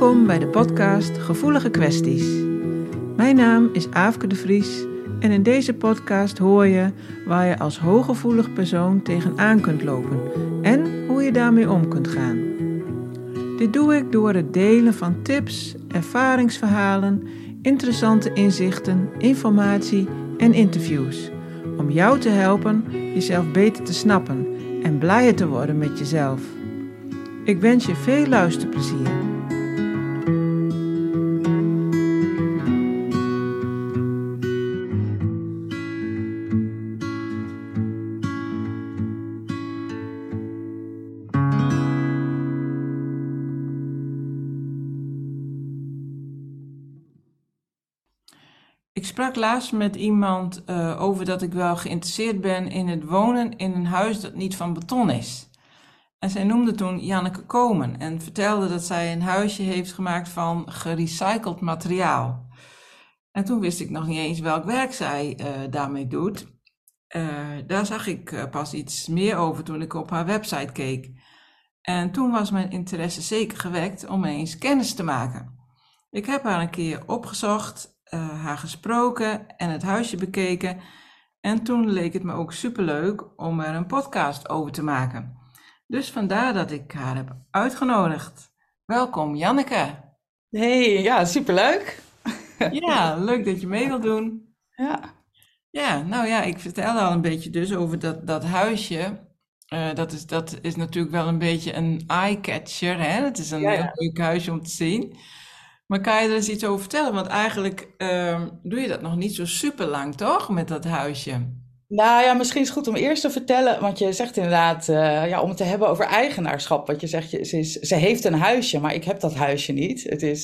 Welkom bij de podcast Gevoelige Kwesties. Mijn naam is Aafke de Vries en in deze podcast hoor je waar je als hooggevoelig persoon tegenaan kunt lopen en hoe je daarmee om kunt gaan. Dit doe ik door het delen van tips, ervaringsverhalen, interessante inzichten, informatie en interviews. Om jou te helpen jezelf beter te snappen en blijer te worden met jezelf. Ik wens je veel luisterplezier. Ik sprak laatst met iemand over dat ik wel geïnteresseerd ben in het wonen in een huis dat niet van beton is. En zij noemde toen Janneke Komen en vertelde dat zij een huisje heeft gemaakt van gerecycled materiaal. En toen wist ik nog niet eens welk werk zij daarmee doet. Daar zag ik pas iets meer over toen ik op haar website keek. En toen was mijn interesse zeker gewekt om eens kennis te maken. Ik heb haar een keer opgezocht, haar gesproken en het huisje bekeken. En toen leek het me ook superleuk om er een podcast over te maken. Dus vandaar dat ik haar heb uitgenodigd. Welkom Janneke. Hey, ja, superleuk. Ja, leuk dat je mee wilt doen. Ja. Ja, nou ja, ik vertelde al een beetje dus over dat huisje. Dat is natuurlijk wel een beetje een eye-catcher, hè? Het is een heel leuk huisje om te zien. Maar kan je er eens iets over vertellen? Want eigenlijk doe je dat nog niet zo super lang, toch? Met dat huisje. Nou ja, misschien is het goed om eerst te vertellen, want je zegt inderdaad, om het te hebben over eigenaarschap. Want je zegt, ze heeft een huisje, maar ik heb dat huisje niet. Het is,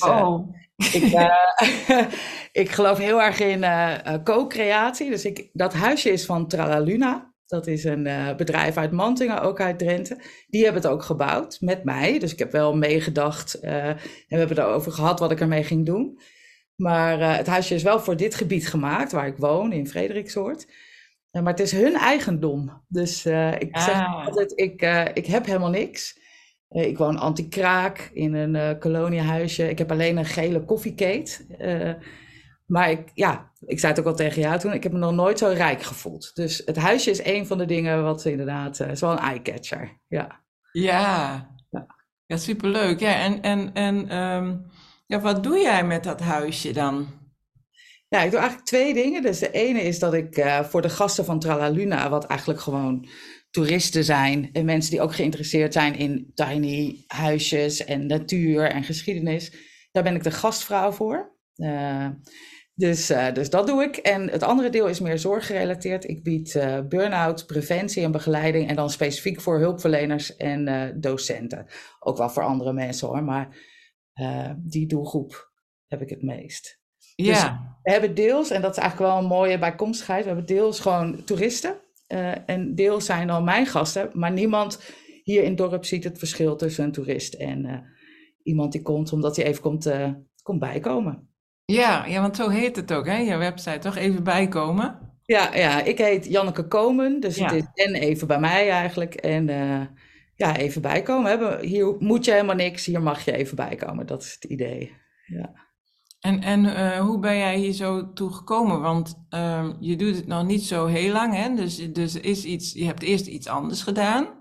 ik geloof heel erg in co-creatie. Dus dat huisje is van Tralaluna. Dat is een bedrijf uit Mantingen, ook uit Drenthe. Die hebben het ook gebouwd met mij. Dus ik heb wel meegedacht en we hebben het erover gehad wat ik ermee ging doen. Maar het huisje is wel voor dit gebied gemaakt, waar ik woon, in Frederiksoord. Maar het is hun eigendom. Dus ik zeg altijd, ik heb helemaal niks. Ik woon anti-kraak in een koloniëhuisje. Ik heb alleen een gele koffiekeet. Maar ik zei het ook al tegen jou toen, ik heb me nog nooit zo rijk gevoeld. Dus het huisje is een van de dingen wat inderdaad, is wel een eye-catcher. Ja, superleuk. Ja, en wat doe jij met dat huisje dan? Ja, ik doe eigenlijk twee dingen. Dus de ene is dat ik voor de gasten van Tralaluna, wat eigenlijk gewoon toeristen zijn en mensen die ook geïnteresseerd zijn in tiny huisjes en natuur en geschiedenis, daar ben ik de gastvrouw voor. Dus dat doe ik. En het andere deel is meer zorggerelateerd. Ik bied burn-out, preventie en begeleiding en dan specifiek voor hulpverleners en docenten. Ook wel voor andere mensen hoor, maar die doelgroep heb ik het meest. Ja. Dus we hebben deels, en dat is eigenlijk wel een mooie bijkomstigheid, we hebben deels gewoon toeristen en deels zijn dan mijn gasten, maar niemand hier in het dorp ziet het verschil tussen een toerist en iemand die komt omdat hij even komt bijkomen. Ja, want zo heet het ook, hè? Je website, toch? Even bijkomen? Ja, ik heet Janneke Komen, dus het is en even bij mij eigenlijk en even bijkomen. Hier moet je helemaal niks, hier mag je even bijkomen, dat is het idee. Ja. En hoe ben jij hier zo toe gekomen? Want je doet het nog niet zo heel lang, hè? Dus je hebt eerst iets anders gedaan.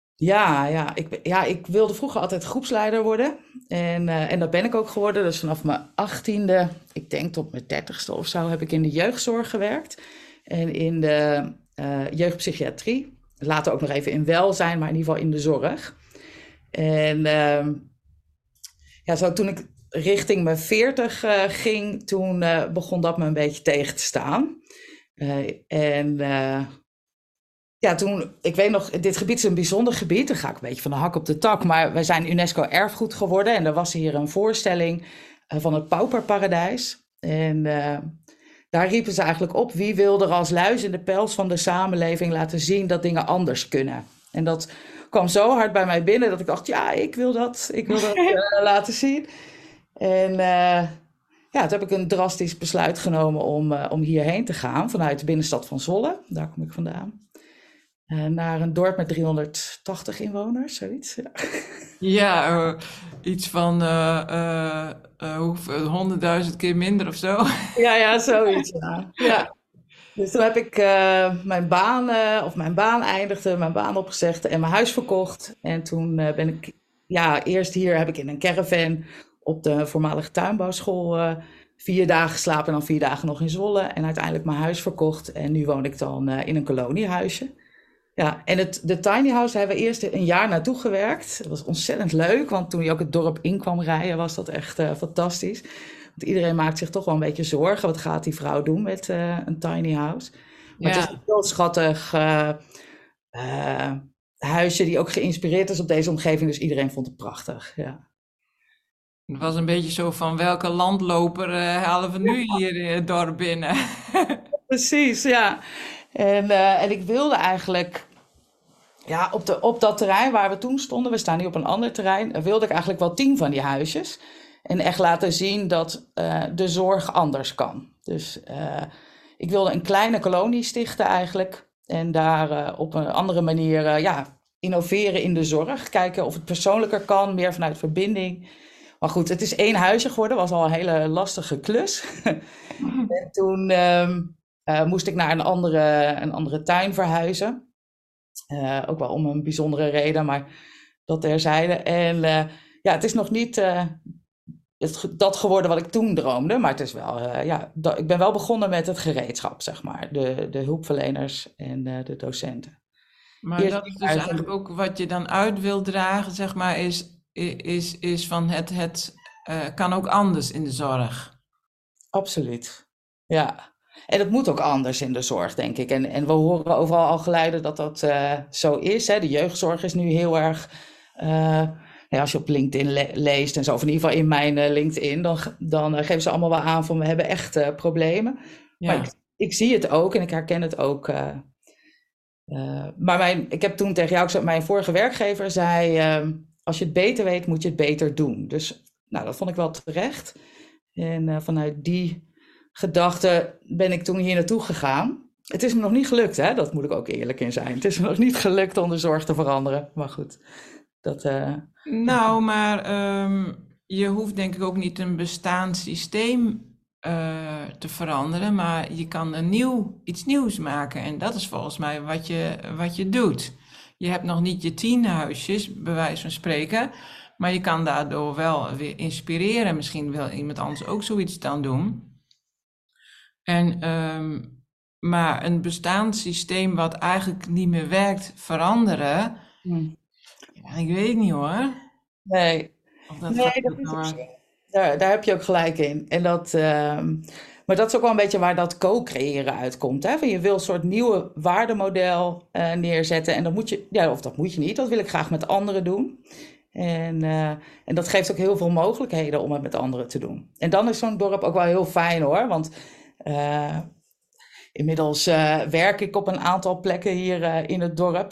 Ik wilde vroeger altijd groepsleider worden. En dat ben ik ook geworden. Dus vanaf mijn 18e, ik denk tot mijn 30ste of zo, heb ik in de jeugdzorg gewerkt. En in de jeugdpsychiatrie. Later ook nog even in welzijn, maar in ieder geval in de zorg. En zo toen ik richting mijn 40 ging, toen begon dat me een beetje tegen te staan. Toen, ik weet nog, dit gebied is een bijzonder gebied. Dan ga ik een beetje van de hak op de tak. Maar wij zijn UNESCO-erfgoed geworden. En er was hier een voorstelling van het Pauperparadijs. En daar riepen ze eigenlijk op, wie wil er als luis in de pels van de samenleving laten zien dat dingen anders kunnen. En dat kwam zo hard bij mij binnen dat ik dacht, ik wil dat laten zien. En toen heb ik een drastisch besluit genomen om hierheen te gaan vanuit de binnenstad van Zwolle. Daar kom ik vandaan. Naar een dorp met 380 inwoners, zoiets. Ja. Ja, iets van 100.000 keer minder of zo. Ja, ja, zoiets. Ja. Ja. Dus toen heb ik mijn baan eindigde, mijn baan opgezegd en mijn huis verkocht. En toen ben ik, ja, eerst hier heb ik in een caravan op de voormalige tuinbouwschool 4 dagen geslapen en dan 4 dagen nog in Zwolle. En uiteindelijk mijn huis verkocht en nu woon ik dan in een koloniehuisje. Ja, en de tiny house hebben we eerst een jaar naartoe gewerkt. Dat was ontzettend leuk, want toen je ook het dorp in kwam rijden, was dat echt fantastisch. Want iedereen maakt zich toch wel een beetje zorgen. Wat gaat die vrouw doen met een tiny house? Maar het is Ja, een heel schattig eh, huisje die ook geïnspireerd is op deze omgeving. Dus iedereen vond het prachtig. Ja. het was een beetje zo van welke landloper halen we nu hier in het dorp binnen? Precies, ja. En ik wilde eigenlijk, ja, op dat terrein waar we toen stonden, we staan nu op een ander terrein, wilde ik eigenlijk wel 10 van die huisjes. En echt laten zien dat de zorg anders kan. Dus ik wilde een kleine kolonie stichten eigenlijk. En daar op een andere manier ja, innoveren in de zorg. Kijken of het persoonlijker kan, meer vanuit verbinding. Maar goed, het is 1 huisje geworden. Was al een hele lastige klus. En toen moest ik naar een andere tuin verhuizen. Ook wel om een bijzondere reden, maar dat terzijde. En ja, het is nog niet dat geworden wat ik toen droomde. Maar het is wel, ja, ik ben wel begonnen met het gereedschap, zeg maar. De hulpverleners en de docenten. Maar Eerst dat is dus eigenlijk ook wat je dan uit wil dragen, zeg maar, is van het kan ook anders in de zorg. absoluut. Ja. En het moet ook anders in de zorg, denk ik. En we horen overal al geluiden dat dat zo is. Hè. De jeugdzorg is nu heel erg. Ja, als je op LinkedIn leest en zo, of in ieder geval in mijn LinkedIn, dan geven ze allemaal wel aan van we hebben echt problemen. Maar Ja. ik zie het ook en ik herken het ook. Maar ik heb toen tegen jou gezegd, mijn vorige werkgever zei, als je het beter weet, moet je het beter doen. Dus nou, dat vond ik wel terecht. En vanuit die gedachte ben ik toen hier naartoe gegaan. Het is me nog niet gelukt, hè? Dat moet ik ook eerlijk in zijn. Het is me nog niet gelukt om de zorg te veranderen. Maar goed, dat... Nou, maar je hoeft denk ik ook niet een bestaand systeem te veranderen, maar je kan iets nieuws maken. En dat is volgens mij wat je doet. Je hebt nog niet je 10 huisjes, bij wijze van spreken, maar je kan daardoor wel weer inspireren. Misschien wil iemand anders ook zoiets dan doen. En, maar een bestaand systeem wat eigenlijk niet meer werkt, veranderen, Hm. ja, ik weet niet hoor. Nee, Of dat gaat nee, dat is ook zo. door. Daar heb je ook gelijk in. Maar dat is ook wel een beetje waar dat co-creëren uitkomt. Hè? Van je wil een soort nieuwe waardemodel neerzetten. En dat moet je, ja, of dat moet je niet, dat wil ik graag met anderen doen. En dat geeft ook heel veel mogelijkheden om het met anderen te doen. En dan is zo'n dorp ook wel heel fijn hoor. Want uh, inmiddels werk ik op een aantal plekken hier in het dorp.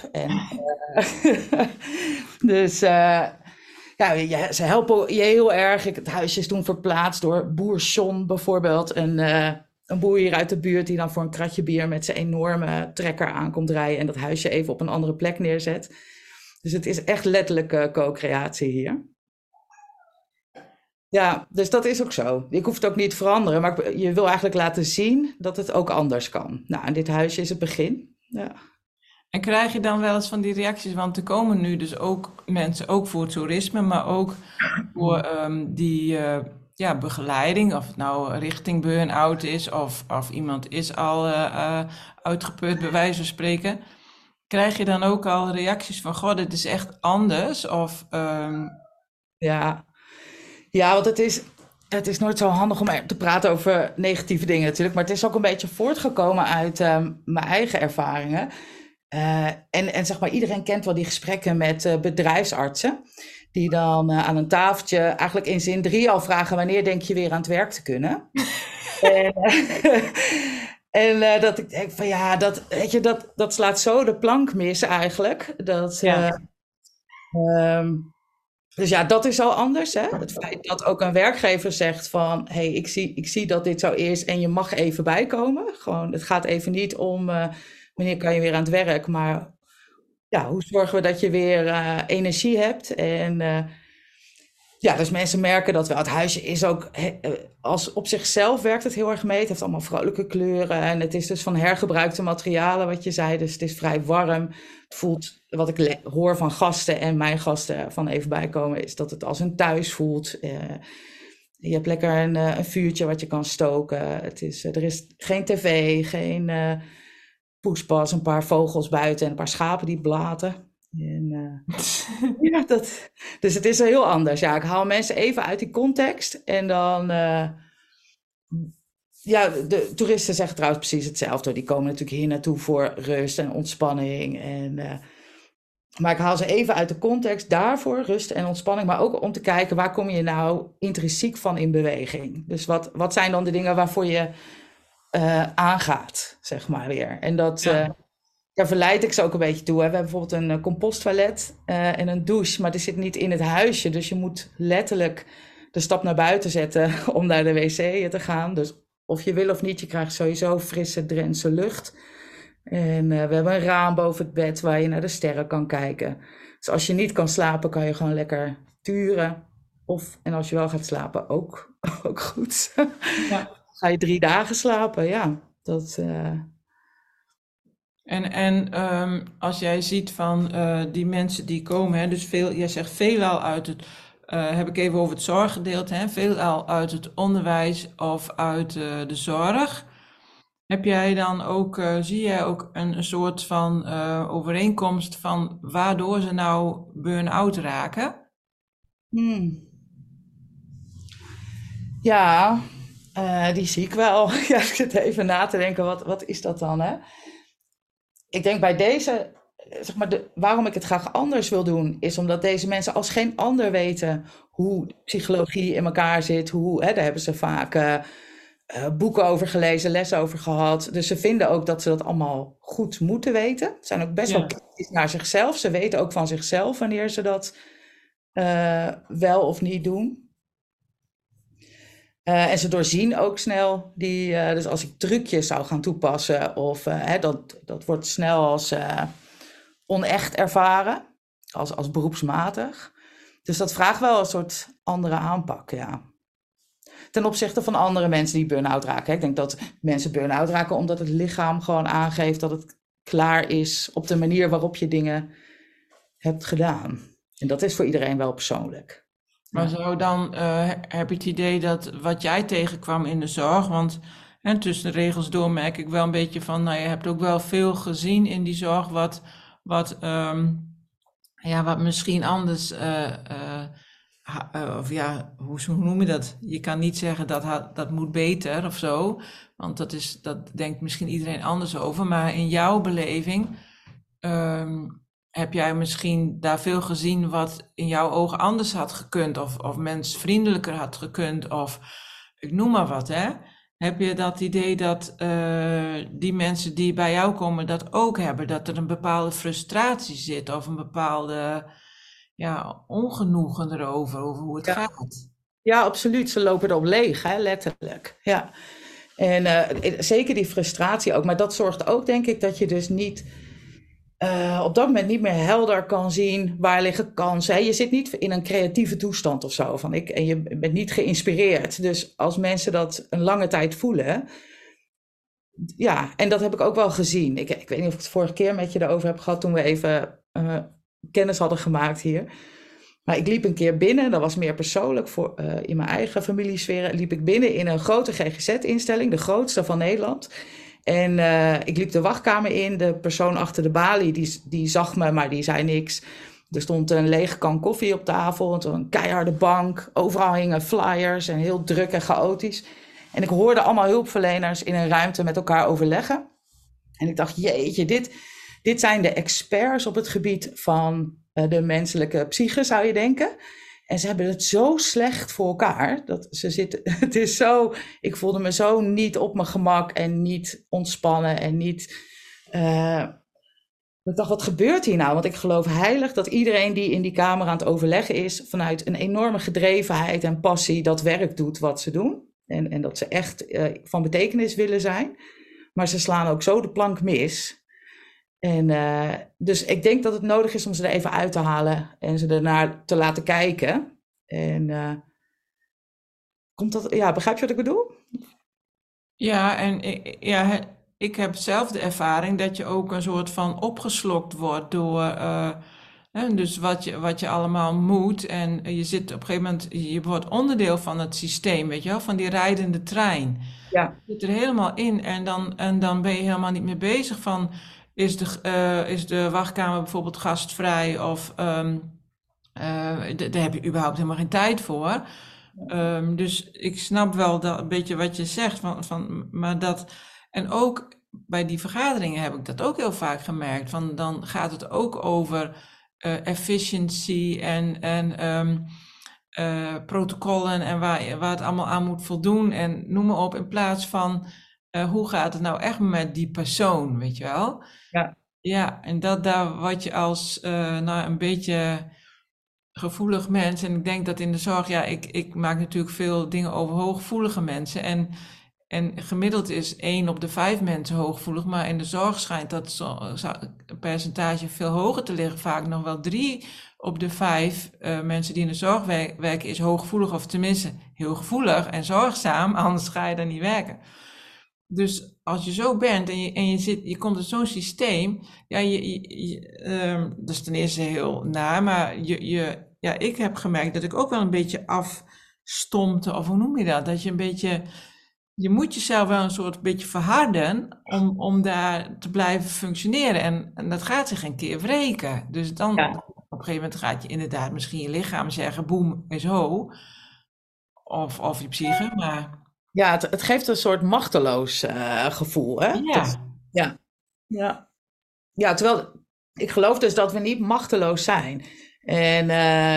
Dus ja, ze helpen je heel erg. Het huisje is toen verplaatst door boer John bijvoorbeeld. Een boer hier uit de buurt die dan voor een kratje bier met zijn enorme trekker aankomt rijden. En dat huisje even op een andere plek neerzet. Dus het is echt letterlijk co-creatie hier. Ja, dus dat is ook zo. Ik hoef het ook niet te veranderen, maar je wil eigenlijk laten zien dat het ook anders kan. Nou, en dit huisje is het begin. Ja. En krijg je dan wel eens van die reacties? Want er komen nu dus ook mensen, ook voor toerisme, maar ook voor die ja, begeleiding. Of het nou richting burn-out is, of iemand is al uitgeput, bij wijze van spreken. Krijg je dan ook al reacties van, goh, dit is echt anders? Of, Ja. Ja, want het is nooit zo handig om te praten over negatieve dingen natuurlijk. Maar het is ook een beetje voortgekomen uit mijn eigen ervaringen. En zeg maar, iedereen kent wel die gesprekken met bedrijfsartsen. Die dan aan een tafeltje eigenlijk in zin 3 al vragen: wanneer denk je weer aan het werk te kunnen? En, dat ik denk van ja, weet je, dat slaat zo de plank mis eigenlijk. ja, Ehm, dus ja, dat is al anders. Hè? Het feit dat ook een werkgever zegt van... hey, ik zie dat dit zo is en je mag even bijkomen. Gewoon, het gaat even niet om wanneer kan je weer aan het werk, maar ja, hoe zorgen we dat je weer energie hebt? En ja, dus mensen merken dat wel. Het huisje is ook, als op zichzelf werkt het heel erg mee. Het heeft allemaal vrolijke kleuren. En het is dus van hergebruikte materialen, wat je zei. Dus het is vrij warm. Het voelt, wat ik hoor van gasten en mijn gasten van even bijkomen, is dat het als een thuis voelt. Je hebt lekker een vuurtje wat je kan stoken. Er is geen tv, geen poespas, een paar vogels buiten en een paar schapen die blaten. En, ja, dus het is heel anders. Ja, ik haal mensen even uit die context en dan... ja, de toeristen zeggen trouwens precies hetzelfde. Die komen natuurlijk hier naartoe voor rust en ontspanning. Maar ik haal ze even uit de context daarvoor, rust en ontspanning. Maar ook om te kijken, waar kom je nou intrinsiek van in beweging? Dus wat zijn dan de dingen waarvoor je aangaat, zeg maar weer. En daar verleid ik ze ook een beetje toe. Hè. We hebben bijvoorbeeld een composttoilet en een douche. Maar die zit niet in het huisje. Dus je moet letterlijk de stap naar buiten zetten om naar de wc te gaan. Dus of je wil of niet, je krijgt sowieso frisse Drentse lucht. En we hebben een raam boven het bed waar je naar de sterren kan kijken. Dus als je niet kan slapen, kan je gewoon lekker turen. En als je wel gaat slapen, ook goed. Ja. Ga je 3 dagen slapen, ja. En als jij ziet van die mensen die komen, hè, dus jij zegt veelal uit het, heb ik even over het zorggedeelte, hè, veelal uit het onderwijs of uit de zorg. Heb jij dan ook, zie jij ook een soort van overeenkomst van waardoor ze nou burn-out raken? Ja, die zie ik wel. Ja, ik zit even na te denken, wat is dat dan, hè? Ik denk bij deze, zeg maar, waarom ik het graag anders wil doen, is omdat deze mensen als geen ander weten hoe psychologie in elkaar zit. Daar hebben ze vaak boeken over gelezen, lessen over gehad. Dus ze vinden ook dat ze dat allemaal goed moeten weten. Ze zijn ook best wel kritisch naar zichzelf. Ze weten ook van zichzelf wanneer ze dat wel of niet doen. En ze doorzien ook snel dus als ik trucjes zou gaan toepassen, of dat wordt snel als onecht ervaren, als beroepsmatig. Dus dat vraagt wel een soort andere aanpak, ja. Ten opzichte van andere mensen die burn-out raken. Hè. Ik denk dat mensen burn-out raken omdat het lichaam gewoon aangeeft dat het klaar is op de manier waarop je dingen hebt gedaan. En dat is voor iedereen wel persoonlijk. Maar zo dan heb je het idee dat wat jij tegenkwam in de zorg, want tussen de regels door merk ik wel een beetje van, nou je hebt ook wel veel gezien in die zorg wat misschien anders, of ja, hoe noem je dat? Je kan niet zeggen dat moet beter of zo, want dat denkt misschien iedereen anders over, maar in jouw beleving heb jij misschien daar veel gezien wat in jouw ogen anders had gekund, of mensvriendelijker had gekund, of ik noem maar wat, hè? Heb je dat idee dat die mensen die bij jou komen dat ook hebben, dat er een bepaalde frustratie zit, of een bepaalde ongenoegen erover, over hoe het gaat? Ja, absoluut. Ze lopen erop leeg, hè, letterlijk. Ja. En zeker die frustratie ook. Maar dat zorgt ook, denk ik, dat je dus niet op dat moment niet meer helder kan zien waar liggen kansen. Hè? Je zit niet in een creatieve toestand of zo. En je bent niet geïnspireerd. Dus als mensen dat een lange tijd voelen. Ja, en dat heb ik ook wel gezien. Ik weet niet of ik het vorige keer met je erover heb gehad toen we even kennis hadden gemaakt hier. Maar ik liep een keer binnen, dat was meer persoonlijk in mijn eigen familiesfeer. Liep ik binnen in een grote GGZ-instelling, de grootste van Nederland. En ik liep de wachtkamer in. De persoon achter de balie, die zag me, maar die zei niks. Er stond een lege kan koffie op tafel, een keiharde bank. Overal hingen flyers en heel druk en chaotisch. En ik hoorde allemaal hulpverleners in een ruimte met elkaar overleggen. En ik dacht, jeetje, dit zijn de experts op het gebied van de menselijke psyche, zou je denken. En ze hebben het zo slecht voor elkaar. Het is zo, ik voelde me zo niet op mijn gemak en niet ontspannen en niet... ik dacht, wat gebeurt hier nou? Want ik geloof heilig dat iedereen die in die kamer aan het overleggen is, vanuit een enorme gedrevenheid en passie dat werk doet wat ze doen. En dat ze echt van betekenis willen zijn. Maar ze slaan ook zo de plank mis. En dus ik denk dat het nodig is om ze er even uit te halen en ze ernaar te laten kijken. En begrijp je wat ik bedoel? Ja, en ik heb zelf de ervaring dat je ook een soort van opgeslokt wordt door, dus wat je allemaal moet. En je zit op een gegeven moment, je wordt onderdeel van het systeem, weet je wel, van die rijdende trein. Ja, Je zit er helemaal in en dan ben je helemaal niet meer bezig van, is de wachtkamer bijvoorbeeld gastvrij of daar heb je überhaupt helemaal geen tijd voor. Dus ik snap wel dat, een beetje wat je zegt, maar dat, en ook bij die vergaderingen heb ik dat ook heel vaak gemerkt, van dan gaat het ook over efficiency en protocollen en waar het allemaal aan moet voldoen en noem maar op, in plaats van hoe gaat het nou echt met die persoon, weet je wel? ja, Ja, en dat daar wat je als nou een beetje gevoelig mens, en ik denk dat in de zorg, ja, ik maak natuurlijk veel dingen over hooggevoelige mensen en gemiddeld is 1 op de 5 mensen hooggevoelig, maar in de zorg schijnt dat percentage veel hoger te liggen, vaak nog wel 3 op de 5 mensen die in de zorg werken is hooggevoelig, of tenminste heel gevoelig en zorgzaam, anders ga je daar niet werken. Dus als je zo bent en je komt uit zo'n systeem, ja, dat is ten eerste heel naar, maar ja, ik heb gemerkt dat ik ook wel een beetje afstompte, of hoe noem je dat? Dat je een beetje, je moet jezelf wel een soort beetje verharden om daar te blijven functioneren. En dat gaat zich een keer wreken. Dus dan ja. op een gegeven moment gaat je inderdaad misschien je lichaam zeggen, boem, is ho. Of je psyche, maar Ja, het geeft een soort machteloos gevoel, hè? ja, Ja, ja. Ja, terwijl ik geloof dus dat we niet machteloos zijn. En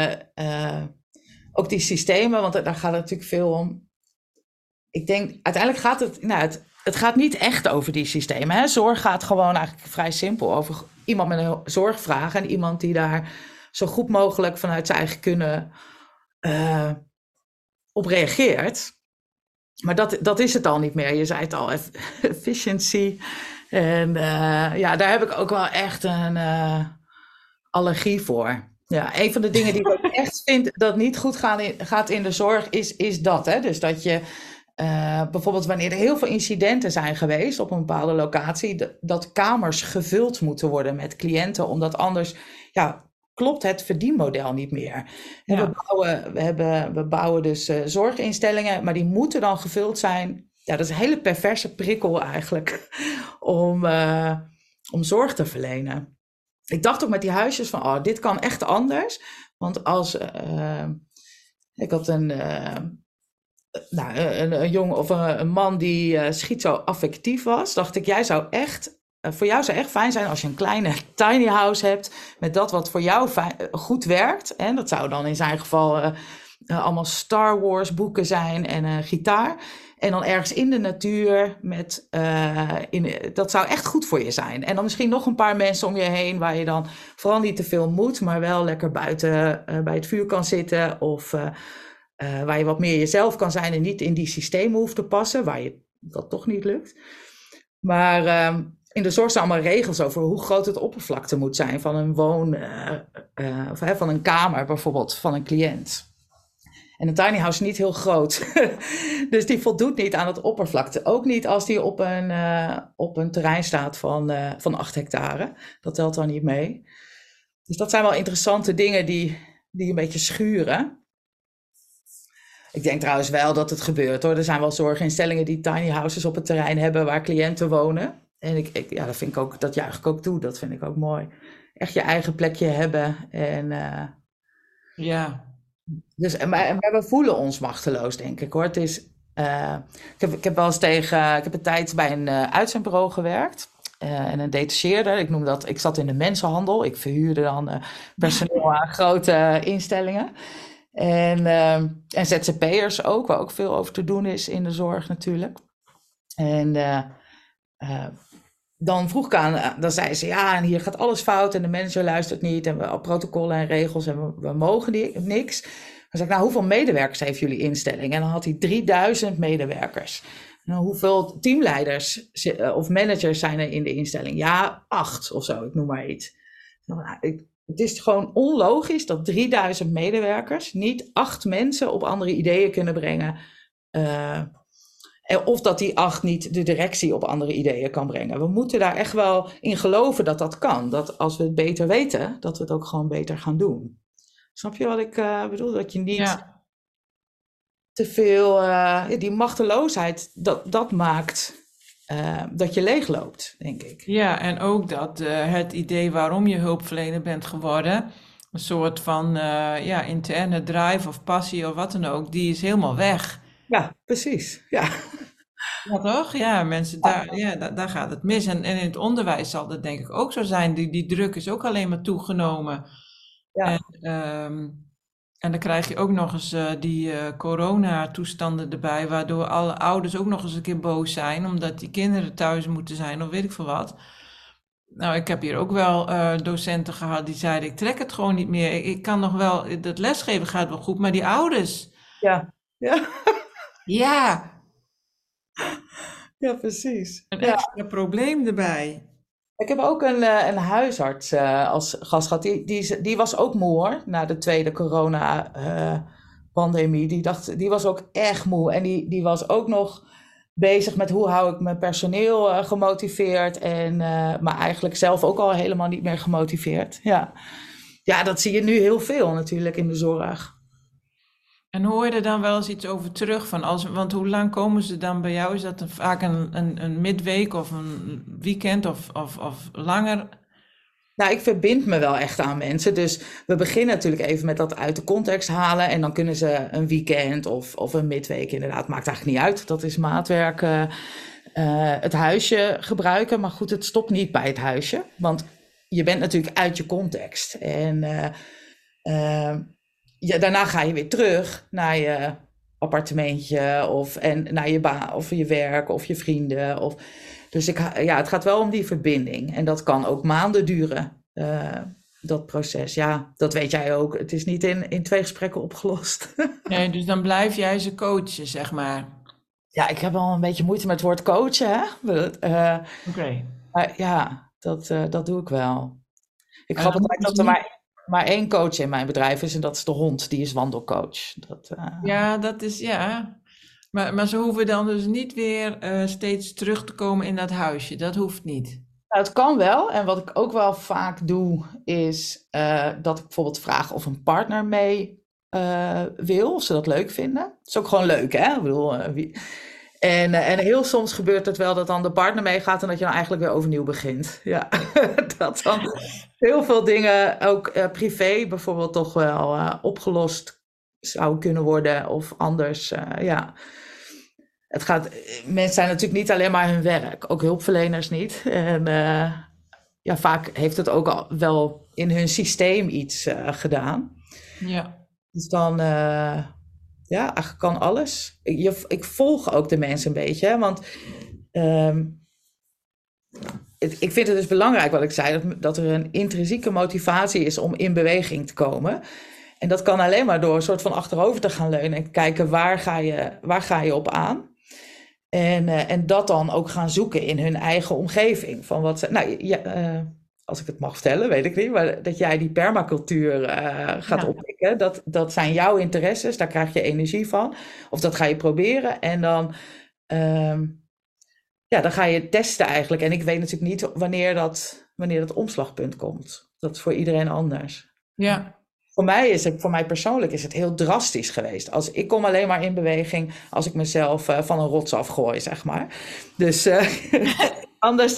ook die systemen, want daar gaat het natuurlijk veel om. Ik denk, uiteindelijk gaat het gaat niet echt over die systemen. Hè? Zorg gaat gewoon eigenlijk vrij simpel over iemand met een zorgvraag en iemand die daar zo goed mogelijk vanuit zijn eigen kunnen op reageert. Maar dat is het al niet meer. Je zei het al, efficiency. En daar heb ik ook wel echt een allergie voor. Ja, een van de dingen die ik ook echt vind dat niet goed gaat in de zorg is dat. Hè? Dus dat je bijvoorbeeld wanneer er heel veel incidenten zijn geweest op een bepaalde locatie, dat kamers gevuld moeten worden met cliënten, omdat anders klopt het verdienmodel niet meer. ja. We bouwen dus zorginstellingen, maar die moeten dan gevuld zijn. Ja, dat is een hele perverse prikkel eigenlijk om zorg te verlenen. Ik dacht ook met die huisjes van, dit kan echt anders. Want ik had een jongen of een man die schizo-affectief was, dacht ik, voor jou zou echt fijn zijn als je een kleine tiny house hebt met dat wat voor jou goed werkt. En dat zou dan in zijn geval allemaal Star Wars boeken zijn en een gitaar. En dan ergens in de natuur dat zou echt goed voor je zijn. En dan misschien nog een paar mensen om je heen waar je dan vooral niet te veel moet, maar wel lekker buiten bij het vuur kan zitten of waar je wat meer jezelf kan zijn en niet in die systemen hoeft te passen, waar je dat toch niet lukt. Maar in de zorg zijn allemaal regels over hoe groot het oppervlakte moet zijn van een of van een kamer bijvoorbeeld van een cliënt. En een tiny house is niet heel groot. Dus die voldoet niet aan het oppervlakte. Ook niet als die op een terrein staat van 8 hectare. Dat telt dan niet mee. Dus dat zijn wel interessante dingen die een beetje schuren. Ik denk trouwens wel dat het gebeurt hoor. Er zijn wel zorginstellingen die tiny houses op het terrein hebben waar cliënten wonen. En dat vind ik ook, dat juich ik ook toe. Dat vind ik ook mooi. Echt je eigen plekje hebben. En Ja, dus, maar we voelen ons machteloos, denk ik hoor. Het is, ik heb wel eens ik heb een tijd bij een uitzendbureau gewerkt. En een detacheerder, ik zat in de mensenhandel. Ik verhuurde dan personeel aan grote instellingen. En ZZP'ers ook, waar ook veel over te doen is in de zorg natuurlijk. En dan vroeg ik dan zei ze, ja, en hier gaat alles fout en de manager luistert niet en we protocollen en regels en we mogen niks. Dan zei ik, nou, hoeveel medewerkers heeft jullie instelling? En dan had hij 3000 medewerkers. Nou, hoeveel teamleiders of managers zijn er in de instelling? Ja, 8 of zo, ik noem maar iets. Nou, het is gewoon onlogisch dat 3000 medewerkers niet 8 mensen op andere ideeën kunnen brengen. Of dat die 8 niet de directie op andere ideeën kan brengen. We moeten daar echt wel in geloven dat dat kan. Dat als we het beter weten, dat we het ook gewoon beter gaan doen. Snap je wat ik bedoel? Dat je niet te veel... die machteloosheid, dat maakt dat je leegloopt, denk ik. Ja, en ook dat het idee waarom je hulpverlener bent geworden, een soort van interne drive of passie of wat dan ook, die is helemaal weg. Ja, precies. Ja. Ja, toch? Ja, mensen, daar gaat het mis. En in het onderwijs zal dat denk ik ook zo zijn. Die druk is ook alleen maar toegenomen. Ja. En dan krijg je ook nog eens die coronatoestanden erbij, waardoor alle ouders ook nog eens een keer boos zijn, omdat die kinderen thuis moeten zijn of weet ik veel wat. Nou, ik heb hier ook wel docenten gehad die zeiden, ik trek het gewoon niet meer. Ik kan nog wel, dat lesgeven gaat wel goed, maar die ouders. Ja. Ja. Ja. Ja, precies. Een extra probleem erbij. Ik heb ook een huisarts als gast gehad. Die was ook moe hoor, na de tweede corona-pandemie. Die was ook echt moe. En die was ook nog bezig met hoe hou ik mijn personeel gemotiveerd. Maar eigenlijk zelf ook al helemaal niet meer gemotiveerd. Ja. Ja, dat zie je nu heel veel natuurlijk in de zorg. En hoor je er dan wel eens iets over terug van? Want hoe lang komen ze dan bij jou? Is dat vaak een midweek of een weekend of langer? Nou, ik verbind me wel echt aan mensen. Dus we beginnen natuurlijk even met dat uit de context halen. En dan kunnen ze een weekend of een midweek inderdaad. Maakt eigenlijk niet uit. Dat is maatwerk. Het huisje gebruiken. Maar goed, het stopt niet bij het huisje. Want je bent natuurlijk uit je context. En daarna ga je weer terug naar je appartementje. En naar je baan of je werk of je vrienden. Dus het gaat wel om die verbinding. En dat kan ook maanden duren, dat proces. Ja, dat weet jij ook. Het is niet in 2 gesprekken opgelost. Nee, dus dan blijf jij ze coachen, zeg maar. Ja, ik heb wel een beetje moeite met het woord coachen, hè. Oké. Maar ja, dat doe ik wel. Ik grap het dat er maar 1 coach in mijn bedrijf is en dat is de hond. Die is wandelcoach. Ja, dat is, ja. Maar ze hoeven dan dus niet weer steeds terug te komen in dat huisje. Dat hoeft niet. Nou, het kan wel. En wat ik ook wel vaak doe, is dat ik bijvoorbeeld vraag of een partner mee wil. Of ze dat leuk vinden. Dat is ook gewoon leuk, hè? Ik bedoel, en heel soms gebeurt het wel dat dan de partner meegaat en dat je dan eigenlijk weer overnieuw begint. Ja, dat dan heel veel dingen, ook privé bijvoorbeeld, toch wel opgelost zou kunnen worden of anders, ja. Mensen zijn natuurlijk niet alleen maar hun werk, ook hulpverleners niet. En vaak heeft het ook al wel in hun systeem iets gedaan. Ja. Dus dan, eigenlijk kan alles. Ik volg ook de mensen een beetje, hè, want ik vind het dus belangrijk wat ik zei, dat er een intrinsieke motivatie is om in beweging te komen. En dat kan alleen maar door een soort van achterover te gaan leunen en kijken waar ga je op aan. En dat dan ook gaan zoeken in hun eigen omgeving. Van als ik het mag vertellen, weet ik niet. Maar dat jij die permacultuur gaat oppikken. Dat zijn jouw interesses, daar krijg je energie van. Of dat ga je proberen. En dan, dan ga je testen eigenlijk. En ik weet natuurlijk niet wanneer dat omslagpunt komt. Dat is voor iedereen anders. Ja. Voor mij persoonlijk is het heel drastisch geweest. Ik kom alleen maar in beweging als ik mezelf van een rots afgooi, zeg maar. Dus anders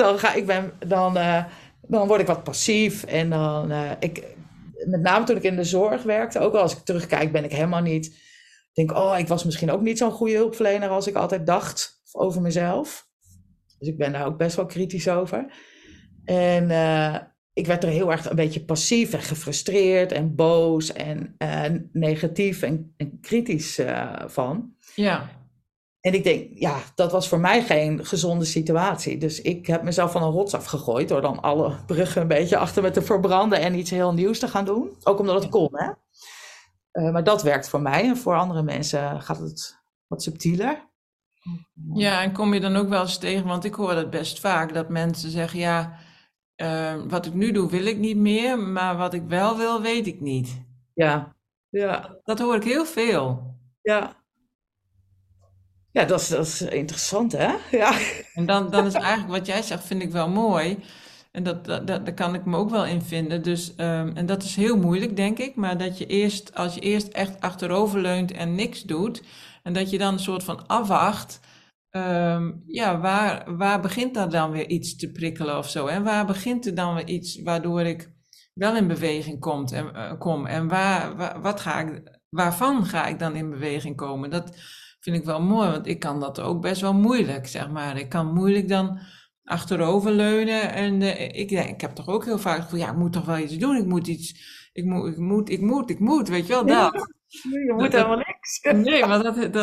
dan word ik wat passief. En dan, met name toen ik in de zorg werkte, ook al als ik terugkijk, ben ik helemaal niet... Ik denk, ik was misschien ook niet zo'n goede hulpverlener als ik altijd dacht over mezelf. Dus ik ben daar ook best wel kritisch over. En ik werd er heel erg een beetje passief en gefrustreerd en boos en negatief en kritisch van. Ja. En ik denk, dat was voor mij geen gezonde situatie. Dus ik heb mezelf van een rots afgegooid door dan alle bruggen een beetje achter me te verbranden en iets heel nieuws te gaan doen. Ook omdat het kon, hè. Maar dat werkt voor mij en voor andere mensen gaat het wat subtieler. Ja, en kom je dan ook wel eens tegen, want ik hoor dat best vaak, dat mensen zeggen, ja, wat ik nu doe wil ik niet meer, maar wat ik wel wil, weet ik niet. Ja, ja, Dat hoor ik heel veel. ja. Ja, dat is interessant, hè? Ja. En dan is eigenlijk wat jij zegt, vind ik wel mooi. En daar kan ik me ook wel in vinden. Dus, en dat is heel moeilijk, denk ik. Maar dat je eerst, als je eerst echt achterover leunt en niks doet, en dat je dan een soort van afwacht. Ja, waar begint daar dan weer iets te prikkelen of zo? En waar begint er dan weer iets waardoor ik wel in beweging kom? En wat waarvan ga ik dan in beweging komen? Dat vind ik wel mooi, want ik kan dat ook best wel moeilijk, zeg maar. Ik kan moeilijk dan achteroverleunen en ik heb toch ook heel vaak het gevoel, ja, ik moet toch wel iets doen. Ik moet iets, ik moet, weet je wel, dat. Je moet Dat, helemaal dat, niks. nee, maar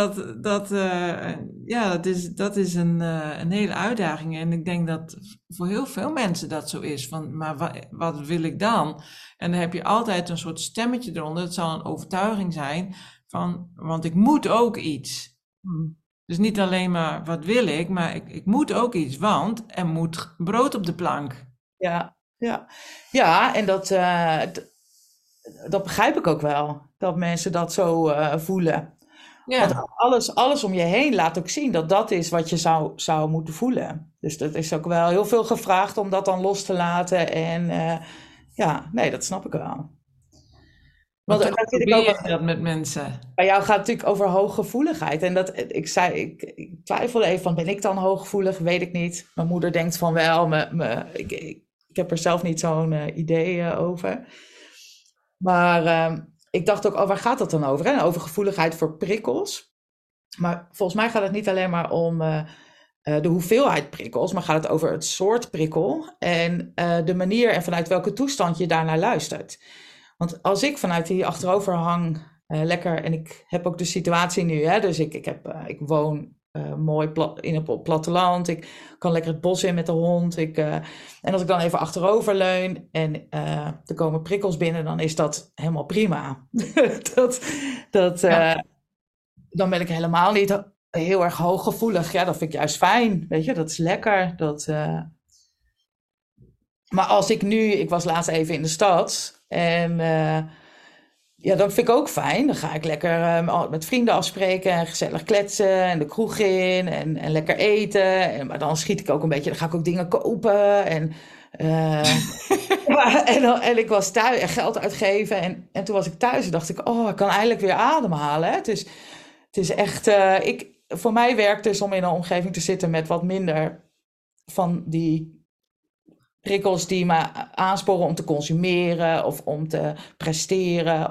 ja, dat is een hele uitdaging. En ik denk dat voor heel veel mensen dat zo is. Van, maar wat wil ik dan? En dan heb je altijd een soort stemmetje eronder. Het zal een overtuiging zijn van, want ik moet ook iets. Hmm. Dus niet alleen maar wat wil ik, maar ik moet ook iets, want er moet brood op de plank. Ja, ja. Ja, en dat begrijp ik ook wel. Dat mensen dat zo voelen. Want Ja, alles om je heen laat ook zien dat dat is wat je zou moeten voelen. Dus dat is ook wel heel veel gevraagd om dat dan los te laten. En ja, nee, dat snap ik wel. maar Want toch daar vind ik ook probeer je wel. dat met mensen. Bij jou gaat het natuurlijk over hooggevoeligheid. En dat, ik twijfel even, van ben ik dan hooggevoelig? Weet ik niet. Mijn moeder denkt van wel. Ik heb er zelf niet zo'n idee over. Maar ik dacht ook, oh, waar gaat dat dan over? Hè? Over gevoeligheid voor prikkels. Maar volgens mij gaat het niet alleen maar om de hoeveelheid prikkels, maar gaat het over het soort prikkel en de manier en vanuit welke toestand je daarnaar luistert. Want als ik vanuit die achteroverhang lekker, en ik heb ook de situatie nu, hè, dus ik woon mooi op het platteland, ik kan lekker het bos in met de hond. En als ik dan even achterover leun en er komen prikkels binnen, dan is dat helemaal prima. dat, dat, Ja, dan ben ik helemaal niet heel erg hooggevoelig. Ja, dat vind ik juist fijn. Weet je, dat is lekker. Maar als ik was laatst even in de stad en ja, dat vind ik ook fijn. Dan ga ik lekker met vrienden afspreken en gezellig kletsen en de kroeg in en lekker eten. Maar dan schiet ik ook een beetje, dan ga ik ook dingen kopen en... eh, ja, en ik was thuis en geld uitgeven. En toen was ik thuis en dacht ik, oh, ik kan eindelijk weer ademhalen. Hè? Het is echt, voor mij werkt dus om in een omgeving te zitten met wat minder van die prikkels die me aansporen om te consumeren of om te presteren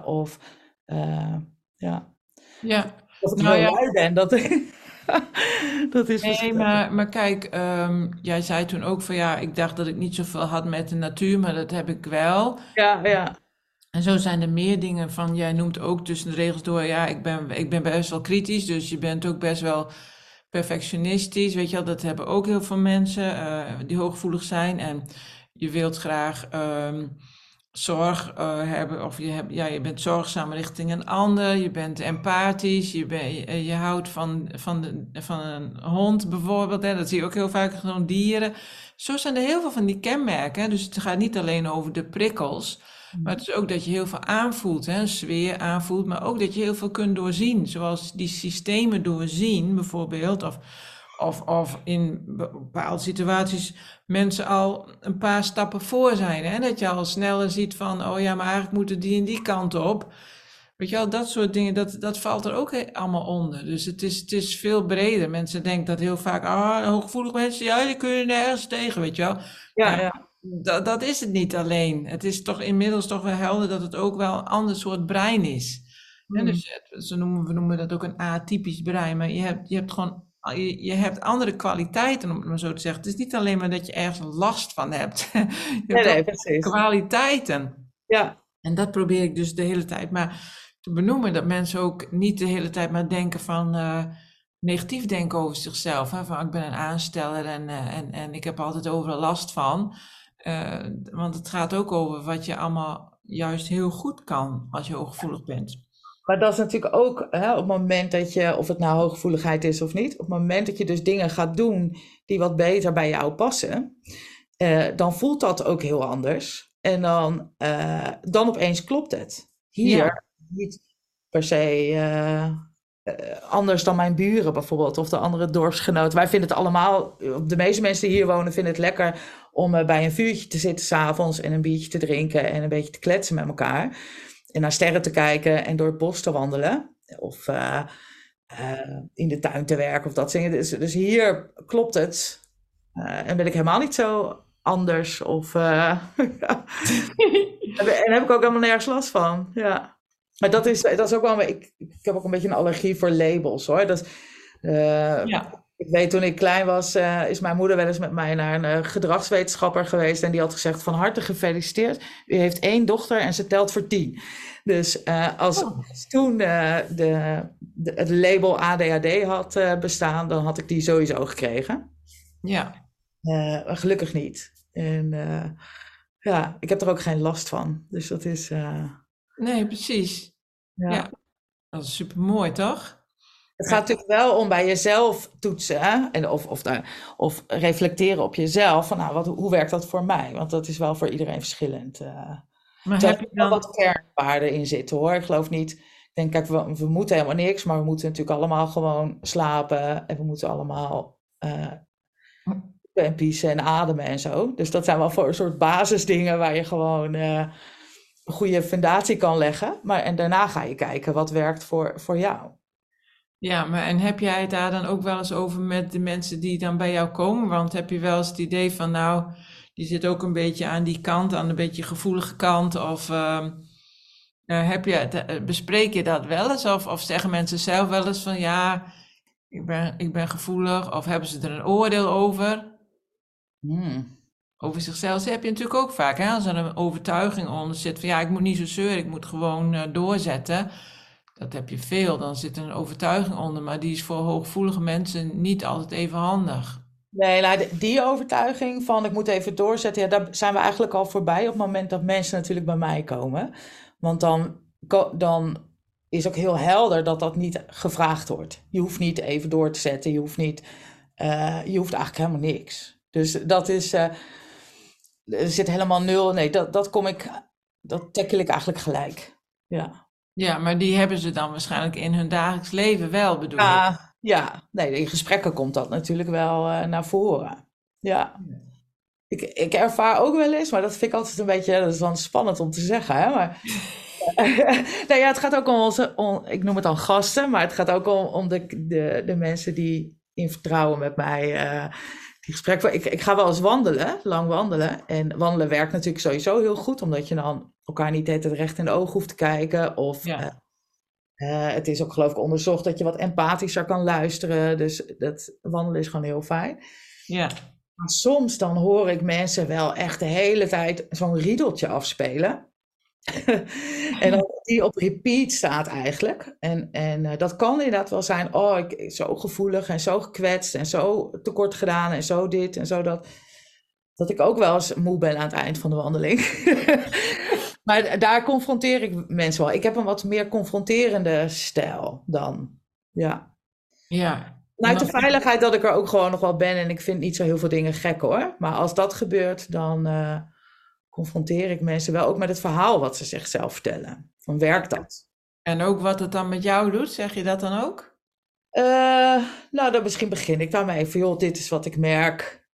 ja, ja. of ik Nou heel ja, lui ben. Dat is nee, verschillend. maar kijk, jij zei toen ook van ja, ik dacht dat ik niet zoveel had met de natuur, maar dat heb ik wel. Ja, ja, En zo zijn er meer dingen van, jij noemt ook tussen de regels door, ja, ik ben best wel kritisch, dus je bent ook best wel perfectionistisch, weet je wel, dat hebben ook heel veel mensen die hooggevoelig zijn en je wilt graag zorg hebben, of ja, je bent zorgzaam richting een ander, je bent empathisch, je houdt van een hond bijvoorbeeld, hè, dat zie je ook heel vaak van dieren. Zo zijn er heel veel van die kenmerken, hè, dus het gaat niet alleen over de prikkels, maar het is ook dat je heel veel aanvoelt, hè, een sfeer aanvoelt, maar ook dat je heel veel kunt doorzien. Zoals die systemen doorzien, bijvoorbeeld, of in bepaalde situaties mensen al een paar stappen voor zijn. Hè? Dat je al sneller ziet van, oh ja, maar eigenlijk moeten die en die kant op. Weet je wel, dat soort dingen, dat valt er ook allemaal onder. Dus het is veel breder. Mensen denken dat heel vaak, hooggevoelige mensen, ja, die kunnen nergens tegen, weet je wel. ja, Nou, ja. dat is het niet alleen. Het is toch inmiddels toch wel helder dat het ook wel een ander soort brein is. En Hmm. dus we noemen dat ook een atypisch brein, maar je hebt gewoon je hebt andere kwaliteiten, om het maar zo te zeggen. Het is niet alleen maar dat je ergens last van hebt. Je Nee, hebt ook nee, precies. kwaliteiten. Ja, En dat probeer ik dus de hele tijd maar te benoemen. Dat mensen ook niet de hele tijd maar denken van negatief denken over zichzelf. Hè? Van ik ben een aansteller en ik heb altijd overal last van. Want het gaat ook over wat je allemaal juist heel goed kan als je hooggevoelig bent. Maar dat is natuurlijk ook op het moment dat je, of het nou hooggevoeligheid is of niet, op het moment dat je dus dingen gaat doen die wat beter bij jou passen, dan voelt dat ook heel anders. En dan opeens klopt het. Ja, Hier niet per se anders dan mijn buren bijvoorbeeld, of de andere dorpsgenoten. Wij vinden het allemaal, de meeste mensen die hier wonen, vinden het lekker om bij een vuurtje te zitten 's avonds en een biertje te drinken en een beetje te kletsen met elkaar. En naar sterren te kijken en door het bos te wandelen. Of in de tuin te werken of dat soort dingen. Dus hier klopt het. En ben ik helemaal niet zo anders. Of, en heb ik ook helemaal nergens last van. Ja. Maar dat is ook wel... Ik heb ook een beetje een allergie voor labels hoor. ja. Ik weet toen ik klein was, is mijn moeder wel eens met mij naar een gedragswetenschapper geweest. En die had gezegd: van harte gefeliciteerd. U heeft 1 dochter en ze telt voor 10. Dus als Oh, toen het label ADHD had bestaan, dan had ik die sowieso gekregen. ja. Maar gelukkig niet. En ja, ik heb er ook geen last van. Dus dat is, Nee, precies. ja. Ja, dat is super mooi, toch? Het gaat Ja. natuurlijk wel om bij jezelf toetsen hè? En of reflecteren op jezelf. Van, nou, hoe werkt dat voor mij? Want dat is wel voor iedereen verschillend. Maar Terwijl heb er je wel dan... wat kernwaarden in zitten hoor. Ik geloof niet. Ik denk, kijk, we moeten helemaal niks. Maar we moeten natuurlijk allemaal gewoon slapen. En we moeten allemaal en piezen en ademen en zo. Dus dat zijn wel voor een soort basisdingen waar je gewoon een goede fundatie kan leggen. En daarna ga je kijken wat werkt voor jou. Ja, maar en heb jij het daar dan ook wel eens over met de mensen die dan bij jou komen? Want heb je wel eens het idee van, nou, die zit ook een beetje aan die kant, aan een beetje gevoelige kant? Of bespreek je dat wel eens? Of zeggen mensen zelf wel eens van, ja, ik ben gevoelig? Of hebben ze er een oordeel over? Hmm. Over zichzelf heb je natuurlijk ook vaak, hè? Als er een overtuiging onder zit van, ja, ik moet niet zo zeuren, ik moet gewoon doorzetten. Dat heb je veel, dan zit er een overtuiging onder, maar die is voor hooggevoelige mensen niet altijd even handig. Nee, nou, die overtuiging van ik moet even doorzetten, ja, daar zijn we eigenlijk al voorbij op het moment dat mensen natuurlijk bij mij komen. Want dan is ook heel helder dat dat niet gevraagd wordt. Je hoeft niet even door te zetten, je hoeft eigenlijk helemaal niks. Dus dat is, er zit helemaal nul, nee, dat tackle ik eigenlijk gelijk. Ja. Ja, maar die hebben ze dan waarschijnlijk in hun dagelijks leven wel, bedoel ik. Ja, nee, in gesprekken komt dat natuurlijk wel naar voren. Ja. Ik ervaar ook wel eens, maar dat vind ik altijd een beetje, dat is dan spannend om te zeggen, hè? Maar nou ja, het gaat ook ik noem het dan gasten, maar het gaat ook om de mensen die in vertrouwen met mij die gesprek. Ik ga wel eens wandelen, lang wandelen. En wandelen werkt natuurlijk sowieso heel goed, omdat je dan elkaar niet de hele tijd recht in de ogen hoeft te kijken. Of Ja, het is ook geloof ik onderzocht dat je wat empathischer kan luisteren. Dus dat wandelen is gewoon heel fijn. ja, Maar soms dan hoor ik mensen wel echt de hele tijd zo'n riedeltje afspelen. En dan die op repeat staat eigenlijk. En dat kan inderdaad wel zijn. Oh, ik zo gevoelig en zo gekwetst en zo tekort gedaan en zo dit en zo dat. Dat ik ook wel eens moe ben aan het eind van de wandeling. Maar daar confronteer ik mensen wel. Ik heb een wat meer confronterende stijl dan. Ja. ja. En Vanuit de dan, veiligheid dat ik er ook gewoon nog wel ben. En ik vind niet zo heel veel dingen gek hoor. Maar als dat gebeurt, dan confronteer ik mensen wel ook met het verhaal wat ze zichzelf vertellen. Van werkt dat? en ook wat het dan met jou doet, zeg je dat dan ook? Nou, dan misschien begin ik daarmee. Van joh, dit is wat ik merk.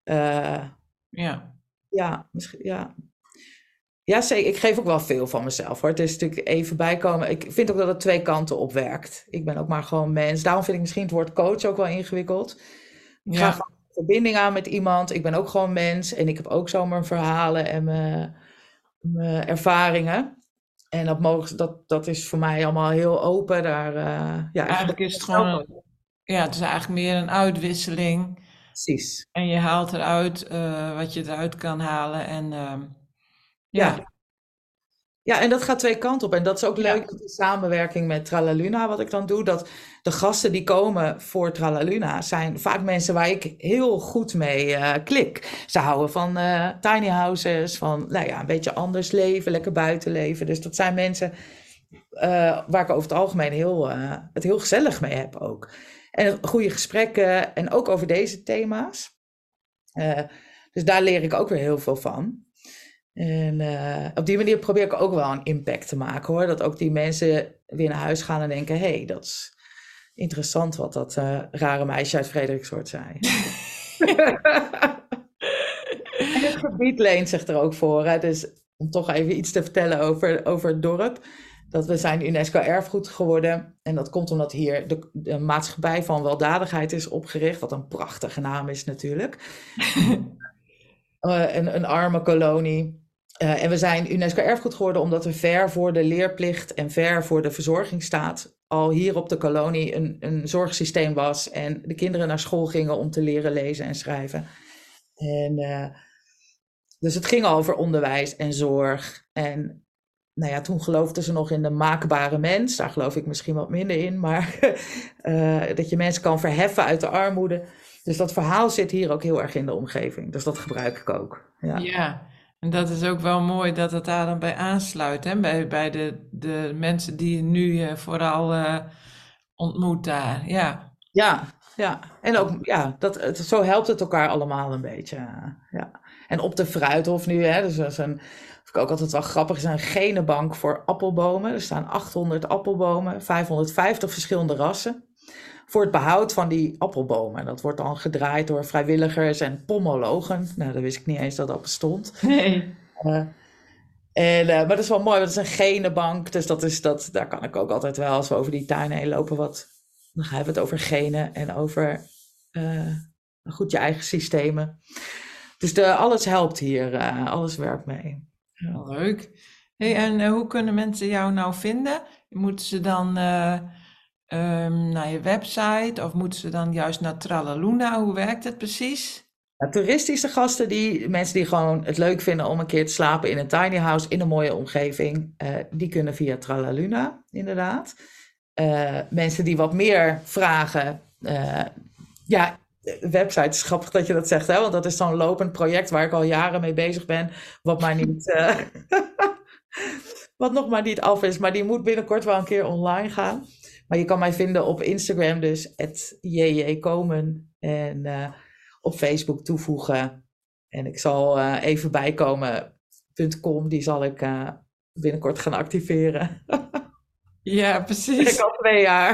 Ja, Ja, misschien, ja. Ja, zeker. Ik geef ook wel veel van mezelf hoor. Het is natuurlijk even bijkomen. Ik vind ook dat het 2 kanten op werkt. Ik ben ook maar gewoon mens. Daarom vind ik misschien het woord coach ook wel ingewikkeld. Ik ga ja, gewoon verbinding aan met iemand. Ik ben ook gewoon mens. En ik heb ook zo mijn verhalen en mijn ervaringen. En dat is voor mij allemaal heel open. Ja, ik eigenlijk gebruik is het gewoon, mezelf ook. ja, het is eigenlijk meer een uitwisseling. Precies. En je haalt eruit wat je eruit kan halen. En Ja. ja, Ja, en dat gaat 2 kanten op. En dat is ook ja, leuk met de samenwerking met Tralaluna, wat ik dan doe. Dat de gasten die komen voor Tralaluna zijn vaak mensen waar ik heel goed mee klik. Ze houden van tiny houses, van nou ja, een beetje anders leven, lekker buiten leven. Dus dat zijn mensen waar ik over het algemeen het heel gezellig mee heb ook. En goede gesprekken en ook over deze thema's. Dus daar leer ik ook weer heel veel van. En op die manier probeer ik ook wel een impact te maken hoor. Dat ook die mensen weer naar huis gaan en denken... hé, dat is interessant wat dat rare meisje uit Frederiksoord zei. En het gebied leent zich er ook voor. Hè? Dus om toch even iets te vertellen over het dorp. Dat we zijn UNESCO-erfgoed geworden. En dat komt omdat hier de maatschappij van weldadigheid is opgericht. Wat een prachtige naam is natuurlijk. Een arme kolonie. En we zijn UNESCO-erfgoed geworden omdat we ver voor de leerplicht en ver voor de verzorgingsstaat al hier op de kolonie een zorgsysteem was. En de kinderen naar school gingen om te leren lezen en schrijven. En, dus het ging al over onderwijs en zorg. En nou ja, toen geloofden ze nog in de maakbare mens. Daar geloof ik misschien wat minder in. Maar dat je mensen kan verheffen uit de armoede. Dus dat verhaal zit hier ook heel erg in de omgeving. Dus dat gebruik ik ook. Ja, en dat is ook wel mooi dat het daar dan bij aansluit. Hè? Bij de mensen die je nu vooral ontmoet daar. Ja. Ja. En ook, zo helpt het elkaar allemaal een beetje. Ja. En op de Fruithof nu, hè, dus dat is vind ik ook altijd wel grappig, is een genenbank voor appelbomen. Er staan 800 appelbomen, 550 verschillende rassen. Voor het behoud van die appelbomen. Dat wordt dan gedraaid door vrijwilligers en pomologen. Nou, dat wist ik niet eens dat dat bestond. Nee. Maar dat is wel mooi, want het is een genenbank. Dus daar kan ik ook altijd wel, als we over die tuin heen lopen, dan gaan we het over genen en over goed je eigen systemen. Dus alles helpt hier, alles werkt mee. Ja. Leuk. Hey, en hoe kunnen mensen jou nou vinden? Moeten ze dan naar je website of moeten ze dan juist naar Tralaluna? Hoe werkt het precies? Toeristische gasten, mensen die gewoon het leuk vinden om een keer te slapen in een tiny house in een mooie omgeving, die kunnen via Tralaluna, inderdaad. Mensen die wat meer vragen, website is grappig dat je dat zegt, hè? Want dat is zo'n lopend project waar ik al jaren mee bezig ben, wat nog maar niet af is, maar die moet binnenkort wel een keer online gaan. Maar je kan mij vinden op Instagram, dus @jjkomen en op Facebook toevoegen. En ik zal even bijkomen.com, die zal ik binnenkort gaan activeren. Ja, precies. Ik al 2 jaar.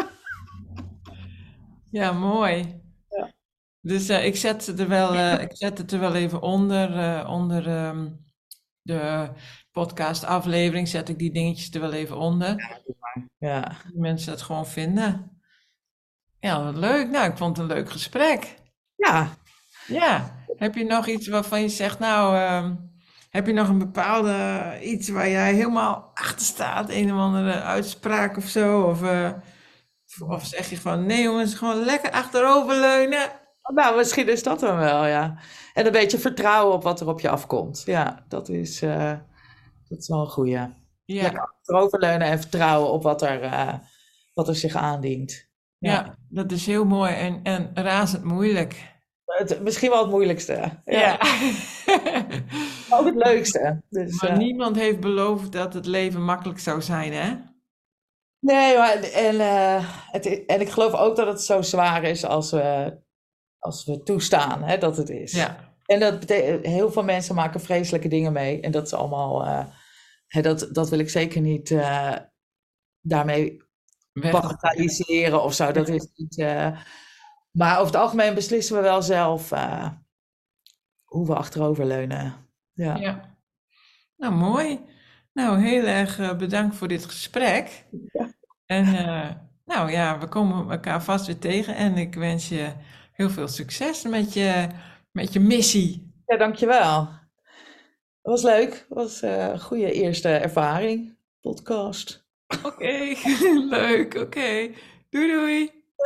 Ja, mooi. Ja. Dus ik zet het er wel even onder de podcastaflevering, zet ik die dingetjes er wel even onder. Ja. Dat mensen het gewoon vinden. Ja, wat leuk. Nou, ik vond het een leuk gesprek. Ja. Heb je nog iets waarvan je zegt, heb je nog een bepaalde iets waar jij helemaal achter staat? Een of andere uitspraak of zo? Of zeg je van, nee jongens, gewoon lekker achteroverleunen? Nou, misschien is dat dan wel, ja. En een beetje vertrouwen op wat er op je afkomt. Ja, dat is wel een goeie. Ja. Lekker achteroverleunen en vertrouwen op wat er zich aandient. Ja, dat is heel mooi en razend moeilijk. Misschien wel het moeilijkste. Ja. Ook het leukste. Dus, maar niemand heeft beloofd dat het leven makkelijk zou zijn, hè? Nee, maar en ik geloof ook dat het zo zwaar is als we toestaan, hè, dat het is. Ja. En dat betekent, heel veel mensen maken vreselijke dingen mee. En dat is allemaal, dat wil ik zeker niet daarmee bagatelliseren of zo. Dat is niet... maar over het algemeen beslissen we wel zelf hoe we achteroverleunen. Ja. Nou, mooi. Nou, heel erg bedankt voor dit gesprek. Ja. En we komen elkaar vast weer tegen. En ik wens je heel veel succes met je missie. Ja, dankjewel. Dat was leuk. Dat was een goede eerste ervaring. Podcast. Oké, leuk. Oké. Doei.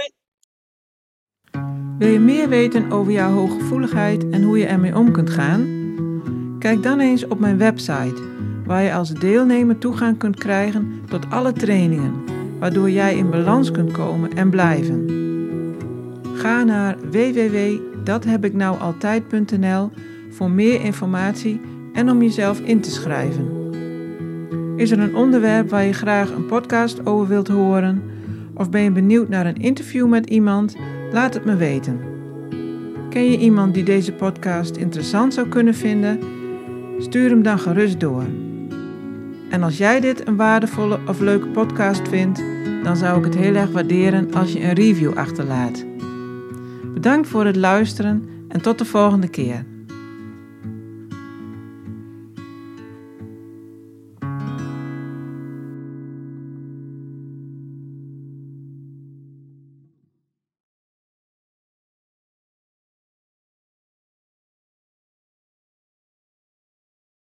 Wil je meer weten over jouw hooggevoeligheid en hoe je ermee om kunt gaan? Kijk dan eens op mijn website, waar je als deelnemer toegang kunt krijgen tot alle trainingen, waardoor jij in balans kunt komen en blijven. Ga naar www.dathebiknoualtijd.nl voor meer informatie en om jezelf in te schrijven. Is er een onderwerp waar je graag een podcast over wilt horen? Of ben je benieuwd naar een interview met iemand? Laat het me weten. Ken je iemand die deze podcast interessant zou kunnen vinden? Stuur hem dan gerust door. En als jij dit een waardevolle of leuke podcast vindt, dan zou ik het heel erg waarderen als je een review achterlaat. Bedankt voor het luisteren en tot de volgende keer.